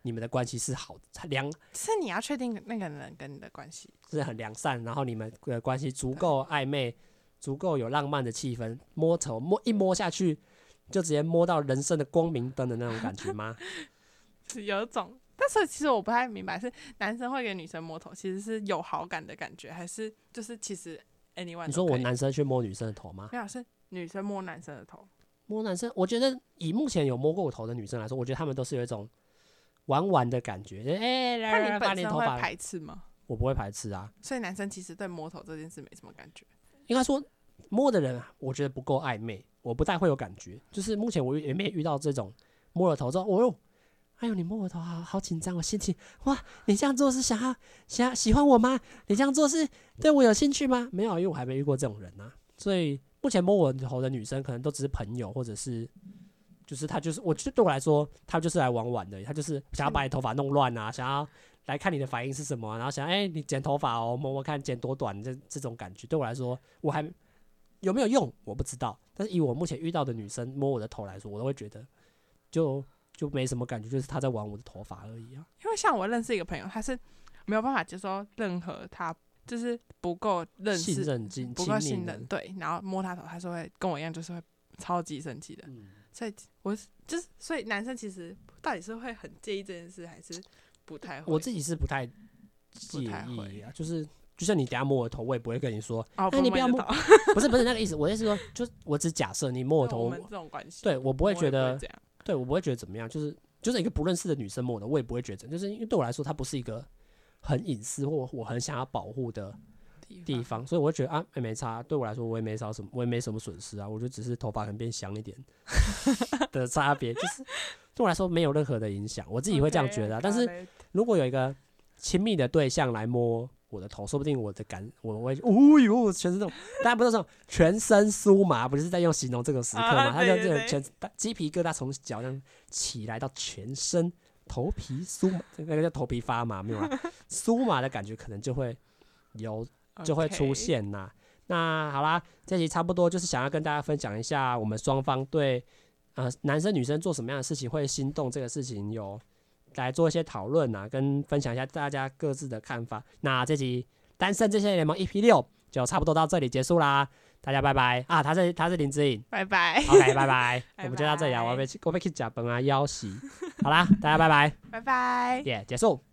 你们的关系是好的， 是你要确定那个人跟你的关系是很良善，然后你们的关系足够暧昧，足够有浪漫的气氛，一摸下去就直接摸到人生的光明灯的那种感觉吗？ 有种，但是其实我不太明白，是男生会给女生摸头，其实是有好感的感觉，还是就是其实 anyone 你说我男生去摸女生的头吗？ 没有，是女生摸男生的头。 摸男生，我觉得以目前有摸过我头的女生来说，我觉得他们都是有一种玩玩的感觉， 那你本身会排斥吗？ 我不会排斥啊。 所以男生其实对摸头这件事没什么感觉。 应该说摸的人，我觉得不够暧昧，我不太会有感觉。就是目前我也没遇到这种摸了头之后，哎呦，你摸我头好紧张，我心情哇，你这样做是想喜欢我吗？你这样做是对我有兴趣吗？没有，因为我还没遇过这种人啊。所以目前摸我头的女生，可能都只是朋友，或者是就是她就是，我觉得对我来说，她就是来玩玩的，她就是想要把你头发弄乱啊，想要来看你的反应是什么，然后想你剪头发哦，摸摸看剪多短，这种感觉对我来说，我还有没有用我不知道，但是以我目前遇到的女生摸我的头来说，我都会觉得就没什么感觉，就是她在玩我的头发而已啊。 因为像我认识一个朋友，他是没有办法接受任何他就是不够认识、不够信任，对，然后摸他头，他是会跟我一样，就是会超级生气的。所以所以男生其实到底是会很介意这件事，还是不太会？ 我自己是不太介意啊，就像你等一下摸我头，我也不会跟你说，你不要摸，不是那个意思。我的意思说，就我只假设你摸我头， 我们这种关系， 对我不会觉得，对我不会觉得怎么样，就是一个不认识的女生摸的，我也不会觉得，就是因为对我来说，它不是一个很隐私或我很想要保护的地方，所以我会觉得没差，对我来说我也没什么损失啊，我就只是头发可能变香一点的差别，就是对我来说没有任何的影响，我自己会这样觉得但是如果有一个亲密的对象来摸我的头，说不定我会全身这种，大家不是说全身酥麻，不是在用形容这个时刻吗？他就全鸡皮疙瘩从脚上起来到全身，头皮酥麻，那个叫头皮发麻，没有啦，酥麻的感觉可能就会出现啦。那好啦，这集差不多就是想要跟大家分享一下我们双方对男生女生做什么样的事情会心动这个事情有来做一些讨论啊，跟分享一下大家各自的看法。那这集单身这些联盟 EP6就差不多到这里结束啦，大家拜拜啊！他是林志颖， 拜拜 ，OK， 拜拜，我们就到这里啊，我要去吃饭啊，休息，好啦，大家拜拜， 拜拜， 结束。